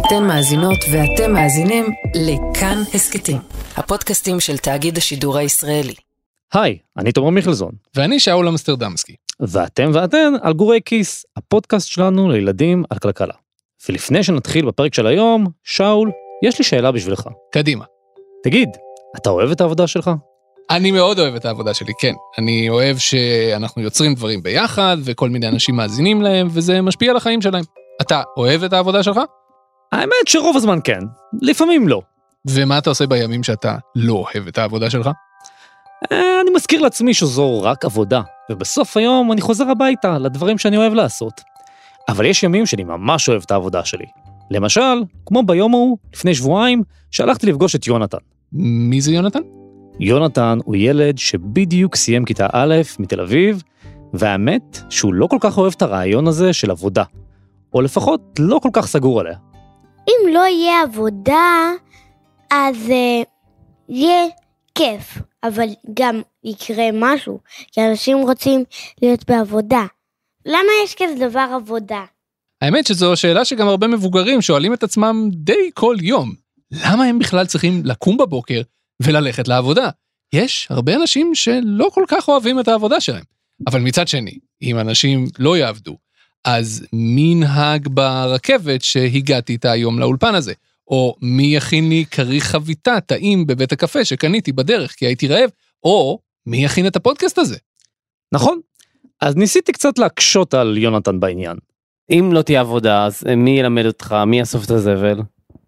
אתן מאזינות ואתם מאזינים לכאן הסקטים, הפודקאסטים של תאגיד השידור הישראלי. היי, אני תומר מיכלזון. ואני שאול אמסטרדמסקי. ואתם ואתן על גורי כיס, הפודקאסט שלנו לילדים על כלכלה. ולפני שנתחיל בפרק של היום, שאול, יש לי שאלה בשבילך. קדימה. תגיד, אתה אוהב את העבודה שלך? אני מאוד אוהב את העבודה שלי, כן. אני אוהב שאנחנו יוצרים דברים ביחד, וכל מיני אנשים מאזינים להם, וזה משפיע על החיים שלהם. אתה אוהב את העבודה שלך? האמת שרוב הזמן כן, לפעמים לא. ומה אתה עושה בימים שאתה לא אוהב את העבודה שלך? אני מזכיר לעצמי שזו רק עבודה, ובסוף היום אני חוזר הביתה לדברים שאני אוהב לעשות. אבל יש ימים שאני ממש אוהב את העבודה שלי. למשל, כמו ביום ההוא, לפני שבועיים, שהלכתי לפגוש את יונתן. מי זה יונתן? יונתן הוא ילד שבדיוק סיים כיתה א' מתל אביב, והאמת שהוא לא כל כך אוהב את הרעיון הזה של עבודה, או לפחות לא כל כך סגור עליה. אם לא יהיה עבודה, אז יהיה כיף, אבל גם יקרה משהו, כי אנשים רוצים להיות בעבודה. למה יש כזה דבר עבודה? האמת שזו שאלה שגם הרבה מבוגרים שואלים את עצמם די כל יום. למה הם בכלל צריכים לקום בבוקר וללכת לעבודה? יש הרבה אנשים שלא כל כך אוהבים את העבודה שלהם. אבל מצד שני, אם אנשים לא יעבדו, אז מי נהג ברכבת שהגעתי איתה היום לאולפן הזה? או מי יכין לי כריך חביתה טעים בבית הקפה שקניתי בדרך כי הייתי רעב? או מי יכין את הפודקאסט הזה? נכון. אז ניסיתי קצת להקשות על יונתן בעניין. אם לא תהיה עבודה, אז מי ילמד אותך? מי יאסוף את הזבל?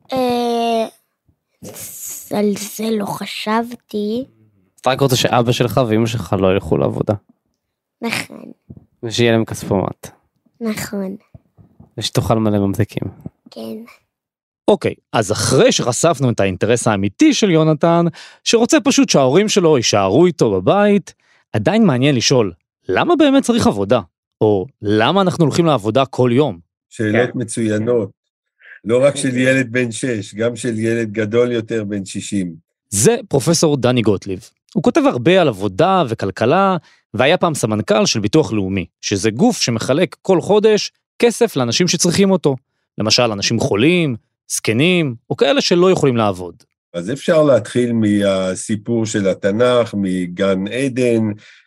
על זה לא חשבתי. אתה רק רוצה שאבא שלך ואמא שלך לא ילכו לעבודה. נכון. ושיהיה להם כספומט. נכון. ושתאכל מלא ממתקים. כן. אוקיי, אז אחרי שחשפנו את האינטרס האמיתי של יונתן, שרוצה פשוט שההורים שלו יישארו איתו בבית, עדיין מעניין לשאול, למה באמת צריך עבודה? או למה אנחנו הולכים לעבודה כל יום? שאלות מצוינות. לא רק של ילד בן 6, גם של ילד גדול יותר בן 60. זה פרופסור דני גוטליב. הוא כותב הרבה על עבודה וכלכלה, והיה פעם סמנכ"ל של ביטוח לאומי, שזה גוף שמחלק כל חודש כסף לאנשים שצריכים אותו. למשל, אנשים חולים, זקנים, או כאלה שלא יכולים לעבוד. אז אפשר להתחיל מהסיפור של התנ"ך, מגן עדן,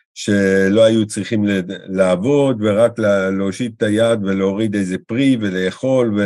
שלא היו צריכים לעבוד, ורק להושיט את היד ולהוריד איזה פרי ולאכול,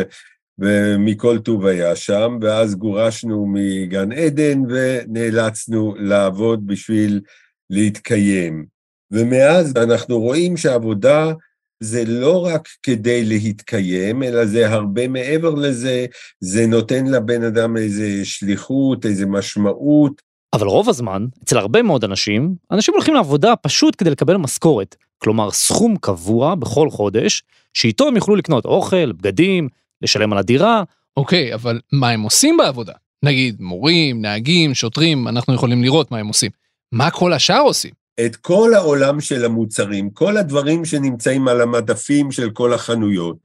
ומכל טוב היה שם, ואז גורשנו מגן עדן, ונאלצנו לעבוד בשביל להתקיים. ומאז אנחנו רואים שהעבודה זה לא רק כדי להתקיים, אלא זה הרבה מעבר לזה, זה נותן לבן אדם איזה שליחות, איזה משמעות. אבל רוב הזמן, אצל הרבה מאוד אנשים הולכים לעבודה פשוט כדי לקבל משכורת, כלומר סכום קבוע בכל חודש, שאיתו הם יוכלו לקנות אוכל, בגדים, לשלם על הדירה. אוקיי, אבל מה הם עושים בעבודה? נגיד מורים, נהגים, שוטרים, אנחנו יכולים לראות מה הם עושים. מה כל השאר עושים? את כל העולם של המוצרים, כל הדברים שנמצאים על המדפים של כל החנויות,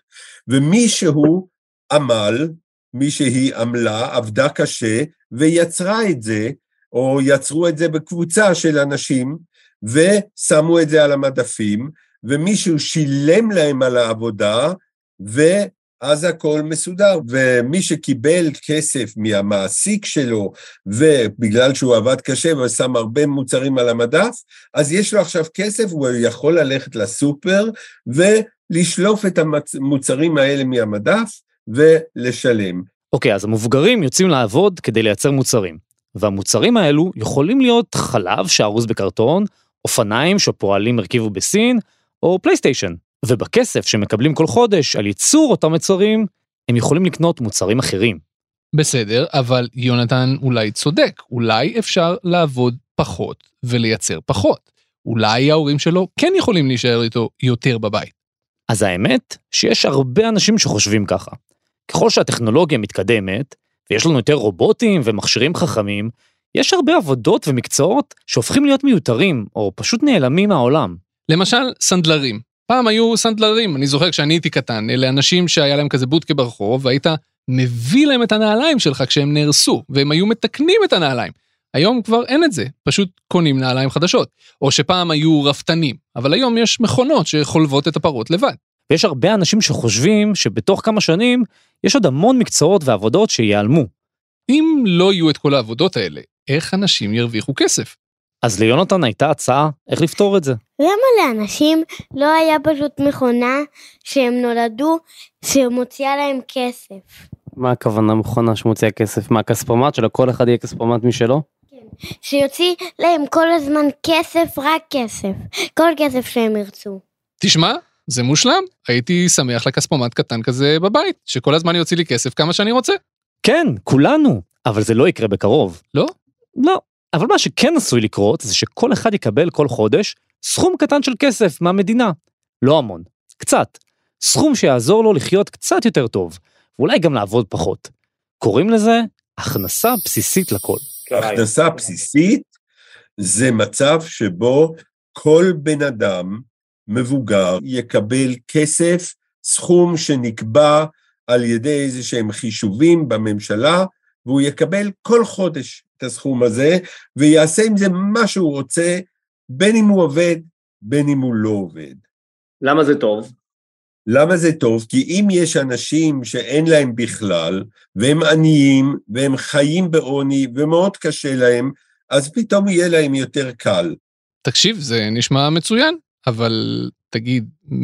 ומישהו עמל, מישהי עמלה, עבדה קשה, ויצרה את זה, או יצרו את זה בקבוצה של אנשים, ושמו את זה על המדפים, ומישהו שילם להם על העבודה, ואז הכל מסודר, ומי שקיבל כסף מהמעסיק שלו, ובגלל שהוא עבד קשה ושם הרבה מוצרים על המדף, אז יש לו עכשיו כסף, הוא יכול ללכת לסופר, ולשלוף את המוצרים האלה מהמדף, ולשלם. אוקיי, אז המבוגרים יוצאים לעבוד כדי לייצר מוצרים, והמוצרים האלו יכולים להיות חלב שארוז בקרטון, אופניים שפועלים הרכיבו בסין, או פלייסטיישן. ובכסף שמקבלים כל חודש על ייצור אותם מוצרים, הם יכולים לקנות מוצרים אחרים. בסדר, אבל יונתן אולי צודק, אולי אפשר לעבוד פחות ולייצר פחות. אולי ההורים שלו כן יכולים להישאר איתו יותר בבית. אז האמת שיש הרבה אנשים שחושבים ככה. ככל שהטכנולוגיה מתקדמת, ויש לנו יותר רובוטים ומכשירים חכמים, יש הרבה עבודות ומקצועות שהופכים להיות מיותרים, או פשוט נעלמים מהעולם. למשל, סנדלרים. פעם היו סנדלרים, אני זוכר כשאני הייתי קטן, אלה אנשים שהיה להם כזה בוטקה ברחוב, והיית מביא להם את הנעליים שלך כשהם נהרסו, והם היו מתקנים את הנעליים. היום כבר אין את זה, פשוט קונים נעליים חדשות. או שפעם היו רפתנים, אבל היום יש מכונות שחולבות את הפרות לבד. ויש הרבה אנשים שחושבים שבתוך כמה שנים יש עוד המון מקצועות ועבודות שיעלמו. אם לא יהיו את כל העבודות האלה, איך אנשים ירוויחו כסף? אז ליונתן הייתה הצעה איך לפתור את זה. למה לאנשים לא היה פשוט מכונה שהם נולדו שמוציאה להם כסף? מה הכוונה מכונה שמוציאה כסף? מה, כספומט? שלכל אחד יהיה כספומט משלו? שיוציא להם כל הזמן כסף, רק כסף. כל כסף שהם ירצו. תשמע, זה מושלם. הייתי שמח לכספומט קטן כזה בבית, שכל הזמן יוציא לי כסף כמה שאני רוצה. כן, כולנו, אבל זה לא יקרה בקרוב. לא? לא, אבל מה שכן עשוי לקרות זה שכל אחד יקבל כל חודש סכום קטן של כסף מהמדינה. לא המון, קצת. סכום שיעזור לו לחיות קצת יותר טוב, ואולי גם לעבוד פחות. קוראים לזה הכנסה בסיסית לכל. הכנסה בסיסית זה מצב שבו כל בן אדם מבוגר יקבל כסף, סכום שנקבע על ידי איזה שהם חישובים בממשלה, והוא יקבל כל חודש את הסכום הזה, ויעשה עם זה מה שהוא רוצה, בין אם הוא עובד, בין אם הוא לא עובד. למה זה טוב? למה זה טוב? כי אם יש אנשים שאין להם בכלל, והם עניים, והם חיים בעוני, ומאוד קשה להם, אז פתאום יהיה להם יותר קל. תקשיב, זה נשמע מצוין, אבל תגיד,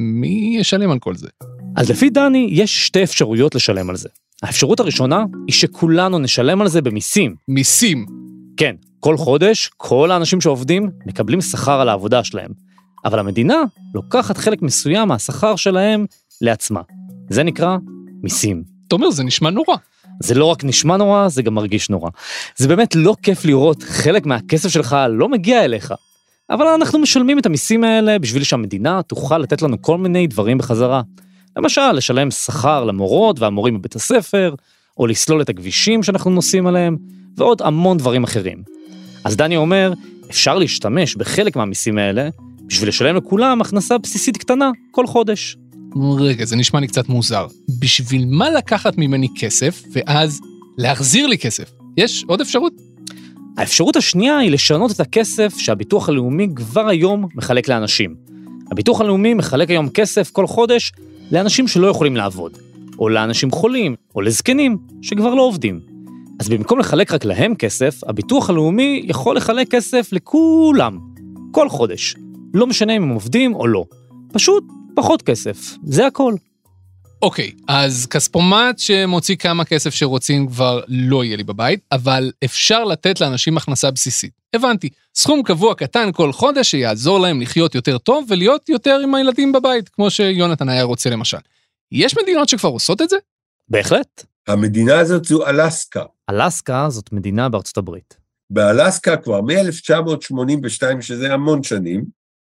מי ישלם על כל זה? אז לפי דני, יש שתי אפשרויות לשלם על זה. האפשרות הראשונה היא שכולנו נשלם על זה במיסים. מיסים. כן, כל חודש, כל האנשים שעובדים מקבלים שכר על העבודה שלהם. אבל המדינה לוקחת חלק מסוים מהשכר שלהם לעצמה. זה נקרא מיסים. אתה אומר, זה נשמע נורא. זה לא רק נשמע נורא, זה גם מרגיש נורא. זה באמת לא כיף לראות חלק מהכסף שלך לא מגיע אליך. אבל אנחנו משלמים את המיסים האלה בשביל שהמדינה תוכל לתת לנו כל מיני דברים בחזרה. למשל, לשלם שכר למורות והמורים בבית הספר, או לסלול את הכבישים שאנחנו נוסעים עליהם, ועוד המון דברים אחרים. אז דני אומר, אפשר להשתמש בחלק מהמיסים האלה, בשביל לשלם לכולם הכנסה בסיסית קטנה כל חודש. רגע, זה נשמע לי קצת מוזר. בשביל מה לקחת ממני כסף, ואז להחזיר לי כסף? יש עוד אפשרות? האפשרות השנייה היא לשנות את הכסף שהביטוח הלאומי כבר היום מחלק לאנשים. הביטוח הלאומי מחלק היום כסף כל חודש לאנשים שלא יכולים לעבוד, או לאנשים חולים, או לזקנים שכבר לא עובדים. אז במקום לחלק רק להם כסף, הביטוח הלאומי יכול לחלק כסף לכולם, כל חודש. לא משנה אם הם עובדים או לא. פשוט פחות כסף, זה הכל. אוקיי, אז כספומט שמוציא כמה כסף שרוצים כבר לא יהיה לי בבית, אבל אפשר לתת לאנשים הכנסה בסיסית. הבנתי, סכום קבוע קטן כל חודש שיעזור להם לחיות יותר טוב ולהיות יותר עם הילדים בבית, כמו שיונתן היה רוצה למשל. יש מדינות שכבר עושות את זה? בהחלט. המדינה הזאת זו אלסקה. אלסקה זאת מדינה בארצות הברית. באלסקה כבר מ-1982, שזה המון שנים,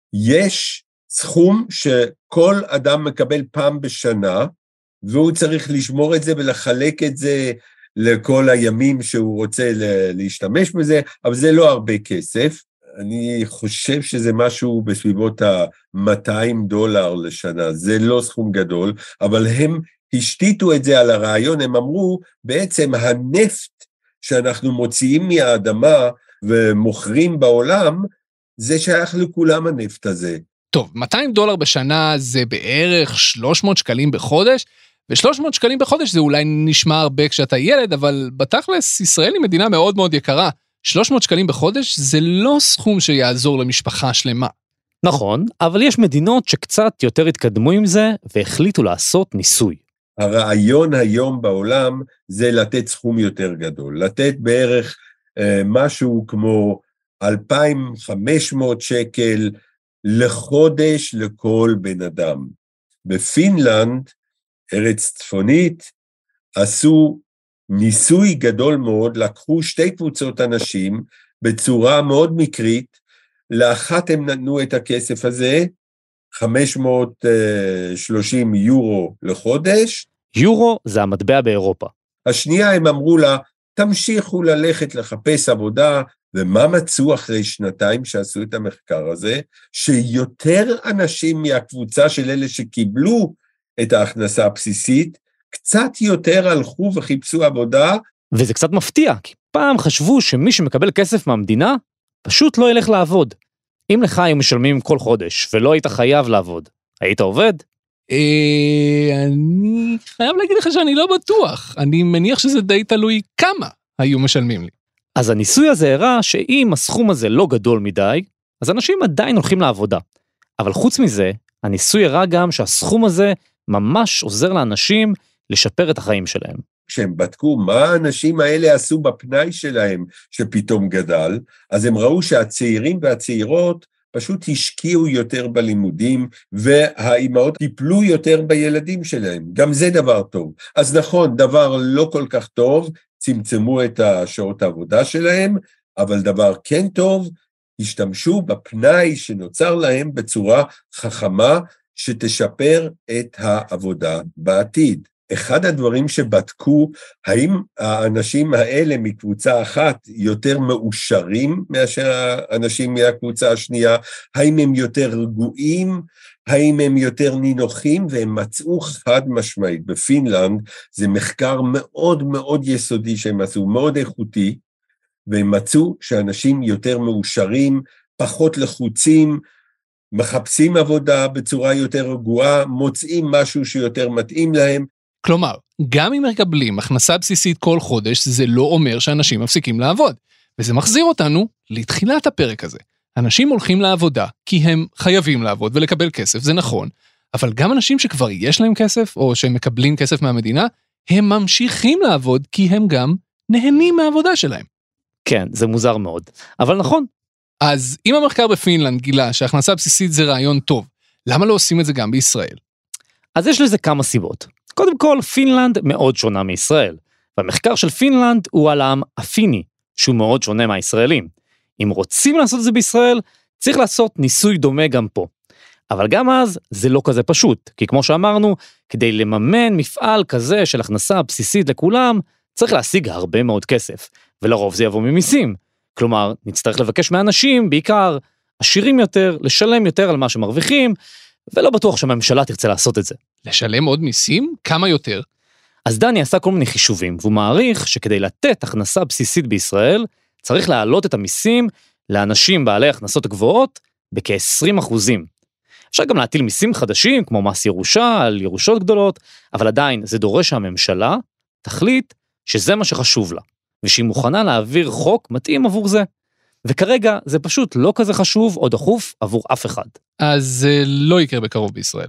יש סכום שכל אדם מקבל פעם בשנה, והוא צריך לשמור את זה ולחלק את זה לכל הימים שהוא רוצה להשתמש בזה, אבל זה לא הרבה כסף. אני חושב שזה משהו בסביבות $200 לשנה, זה לא סכום גדול, אבל הם השתיתו את זה על הרעיון, הם אמרו, בעצם הנפט שאנחנו מוציאים מהאדמה ומוכרים בעולם, זה שייך לכולם הנפט הזה. טוב, $200 בשנה זה בערך 300 שקלים בחודש, ו300 שקלים בחודש זה אולי נשמע הרבה כשאתה ילד, אבל בתכלס ישראל היא מדינה מאוד מאוד יקרה. 300 שקלים בחודש זה לא סכום שיעזור למשפחה שלמה. נכון, אבל יש מדינות שקצת יותר התקדמו עם זה, והחליטו לעשות ניסוי. הרעיון היום בעולם זה לתת סכום יותר גדול, לתת בערך משהו כמו 2,500 שקל לחודש לכל בן אדם. בפינלנד, ארץ צפונית, עשו ניסוי גדול מאוד, לקחו שתי קבוצות אנשים בצורה מאוד מקרית, לאחת הם נתנו את הכסף הזה, 530 יורו לחודש. יורו זה המטבע באירופה. השנייה הם אמרו לה, תמשיכו ללכת לחפש עבודה, ומה מצאו אחרי שנתיים שעשו את המחקר הזה? שיותר אנשים מהקבוצה של אלה שקיבלו את ההכנסה הבסיסית, קצת יותר הלכו וחיפשו עבודה. וזה קצת מפתיע, כי פעם חשבו שמי שמקבל כסף מהמדינה, פשוט לא ילך לעבוד. אם לך היו משלמים כל חודש ולא היית חייב לעבוד, היית עובד? אני חייב להגיד לך שאני לא בטוח. אני מניח שזה די תלוי כמה היו משלמים לי. אז הניסוי הזה הראה שאם הסכום הזה לא גדול מדי, אז אנשים עדיין הולכים לעבודה. אבל חוץ מזה, הניסוי הראה גם שהסכום הזה ממש עוזר לאנשים לשפר את החיים שלהם. כשהם בדקו מה האנשים האלה עשו בפנאי שלהם שפתאום גדל, אז הם ראו שהצעירים והצעירות פשוט השקיעו יותר בלימודים, והאימהות טיפלו יותר בילדים שלהם. גם זה דבר טוב. אז נכון, דבר לא כל כך טוב, צמצמו את השעות העבודה שלהם, אבל דבר כן טוב, השתמשו בפנאי שנוצר להם בצורה חכמה, שתשפר את העבודה בעתיד. אחד הדברים שבדקו, האם האנשים האלה מקבוצה אחת יותר מאושרים מאשר האנשים מהקבוצה השנייה, האם הם יותר רגועים, האם הם יותר נינוחים, והם מצאו חד משמעית. בפינלנד זה מחקר מאוד מאוד יסודי שהם עשו, מאוד איכותי, והם מצאו שאנשים יותר מאושרים, פחות לחוצים, מחפשים עבודה בצורה יותר רגועה, מוצאים משהו שיותר מתאים להם. כלומר, גם אם מקבלים הכנסה בסיסית כל חודש, זה לא אומר שאנשים מפסיקים לעבוד. וזה מחזיר אותנו לתחילת הפרק הזה. אנשים הולכים לעבודה כי הם חייבים לעבוד ולקבל כסף, זה נכון, אבל גם אנשים שכבר יש להם כסף, או שהם מקבלים כסף מהמדינה, הם ממשיכים לעבוד כי הם גם נהנים מהעבודה שלהם. כן, זה מוזר מאוד, אבל נכון. אז אם המחקר בפינלנד גילה שהכנסה בסיסית זה רעיון טוב, למה לא עושים את זה גם בישראל? אז יש לזה כמה סיבות. קודם כל, פינלנד מאוד שונה מישראל, והמחקר של פינלנד הוא על העם הפיני, שהוא מאוד שונה מהישראלים. אם רוצים לעשות את זה בישראל, צריך לעשות ניסוי דומה גם פה. אבל גם אז זה לא כזה פשוט, כי כמו שאמרנו, כדי לממן מפעל כזה של הכנסה בסיסית לכולם, צריך להשיג הרבה מאוד כסף, ולרוב זה יבוא ממיסים. כלומר, נצטרך לבקש מאנשים, בעיקר עשירים יותר, לשלם יותר על מה שמרוויחים, ולא בטוח שהממשלה תרצה לעשות את זה. לשלם עוד מיסים? כמה יותר? אז דני עשה כל מיני חישובים, והוא מעריך שכדי לתת הכנסה בסיסית בישראל, צריך להעלות את המיסים לאנשים בעלי הכנסות גבוהות בכ-20%. אפשר גם להטיל מיסים חדשים, כמו מס ירושה, על ירושות גדולות, אבל עדיין זה דורש שהממשלה תחליט שזה מה שחשוב לה, ושהיא מוכנה להעביר חוק מתאים עבור זה. וכרגע זה פשוט לא כזה חשוב או דחוף עבור אף אחד. אז זה לא יקרה בקרוב בישראל.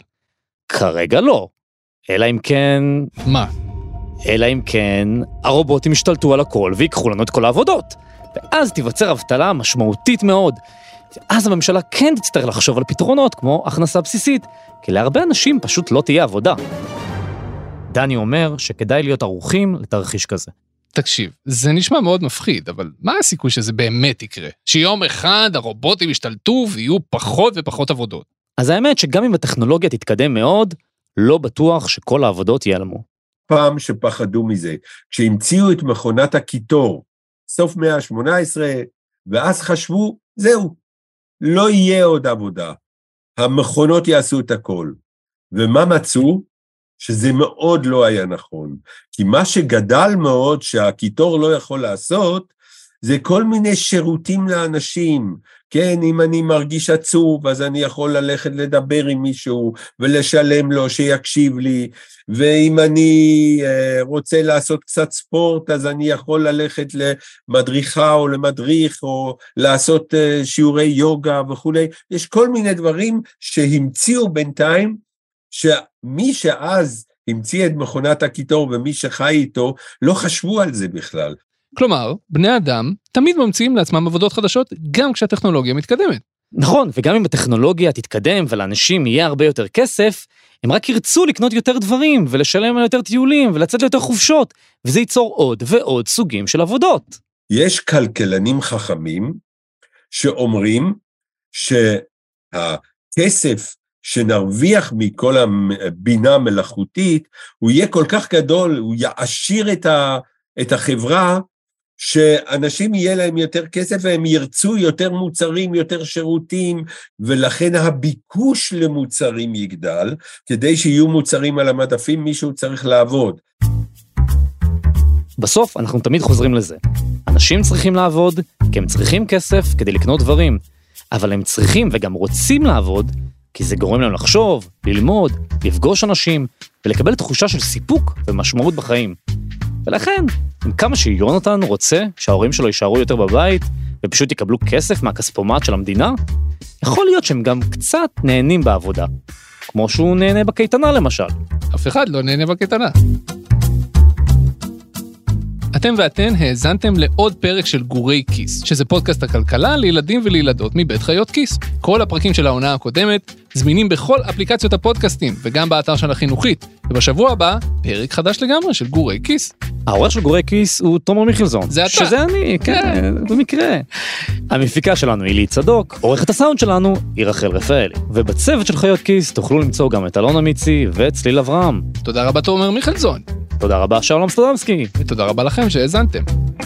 כרגע לא. אלא אם כן... מה? אלא אם כן הרובוטים ישתלטו על הכל ויקחו לנו את כל העבודות. ואז תיווצר אבטלה משמעותית מאוד. ואז הממשלה כן תצטרך לחשוב על פתרונות כמו הכנסה בסיסית, כי להרבה אנשים פשוט לא תהיה עבודה. דני אומר שכדאי להיות ערוכים לתרחיש כזה. תקשיב, זה נשמע מאוד מפחיד, אבל מה הסיכוי שזה באמת יקרה? שיום אחד הרובוטים ישתלטו ויהיו פחות ופחות עבודות. אז האמת שגם אם הטכנולוגיה תתקדם מאוד, לא בטוח שכל העבודות ייעלמו. פעם שפחדו מזה, כשהמציאו את מכונת הקיטור, סוף מאה ה-18, ואז חשבו, זהו, לא יהיה עוד עבודה. המכונות יעשו את הכל. ומה מצאו? שזה מאוד לא היה נכון. כי מה שגדל מאוד שהקיטור לא יכול לעשות, זה כל מיני שירותים לאנשים. כן, אם אני מרגיש עצוב, אז אני יכול ללכת לדבר עם מישהו, ולשלם לו שיקשיב לי, ואם אני רוצה לעשות קצת ספורט, אז אני יכול ללכת למדריכה או למדריך, או לעשות שיעורי יוגה וכו'. יש כל מיני דברים שהמציאו בינתיים, שמי שאז המציא את מכונת הקיטור, ומי שחי איתו, לא חשבו על זה בכלל. כלומר, בני אדם תמיד ממציאים לעצמם עבודות חדשות, גם כשהטכנולוגיה מתקדמת. נכון, וגם אם הטכנולוגיה תתקדם ולאנשים יהיה הרבה יותר כסף, הם רק ירצו לקנות יותר דברים, ולשלם על יותר טיולים, ולצאת ליותר חופשות, וזה ייצור עוד ועוד סוגים של עבודות. יש כלכלנים חכמים שאומרים שהכסף שנרוויח מכל הבינה המלאכותית, הוא יהיה כל כך גדול, הוא יעשיר את החברה, שאנשים יהיה להם יותר כסף, והם ירצו יותר מוצרים, יותר שירותים, ולכן הביקוש למוצרים יגדל, כדי שיהיו מוצרים על המדפים, מישהו צריך לעבוד. בסוף אנחנו תמיד חוזרים לזה. אנשים צריכים לעבוד, כי הם צריכים כסף כדי לקנות דברים, אבל הם צריכים וגם רוצים לעבוד, כי זה גורם להם לחשוב, ללמוד, לפגוש אנשים, ולקבל תחושה של סיפוק ומשמעות בחיים. ולכן, עם כמה שיונתן רוצה שההורים שלו יישארו יותר בבית, ופשוט יקבלו כסף מהכספומט של המדינה, יכול להיות שהם גם קצת נהנים בעבודה. כמו שהוא נהנה בקייטנה למשל. אף אחד לא נהנה בקייטנה. אתם ואתן האזנתם לעוד פרק של גורי כיס, שזה פודקאסט הכלכלה לילדים ולילדות מבית חיות כיס. כל הפרקים של העונה הקודמת זמינים בכל אפליקציות הפודקאסטים, וגם באתר של החינוכית. ובשבוע הבא, פרק חדש לגמרי של גורי כיס. העורך של גורי כיס הוא תומר מיכלזון. זה אתה. שזה אני, כן, במקרה. המפיקה שלנו היא לי צדוק, עורכת הסאונד שלנו היא רחל רפאלי. ובצוות של חיות כיס תוכלו למצוא גם את אלון אמיצי וצליל אברהם. תודה רבה תומר מיכלזון. תודה רבה שלום סטרדמסקי. ותודה רבה לכם שהאזנתם.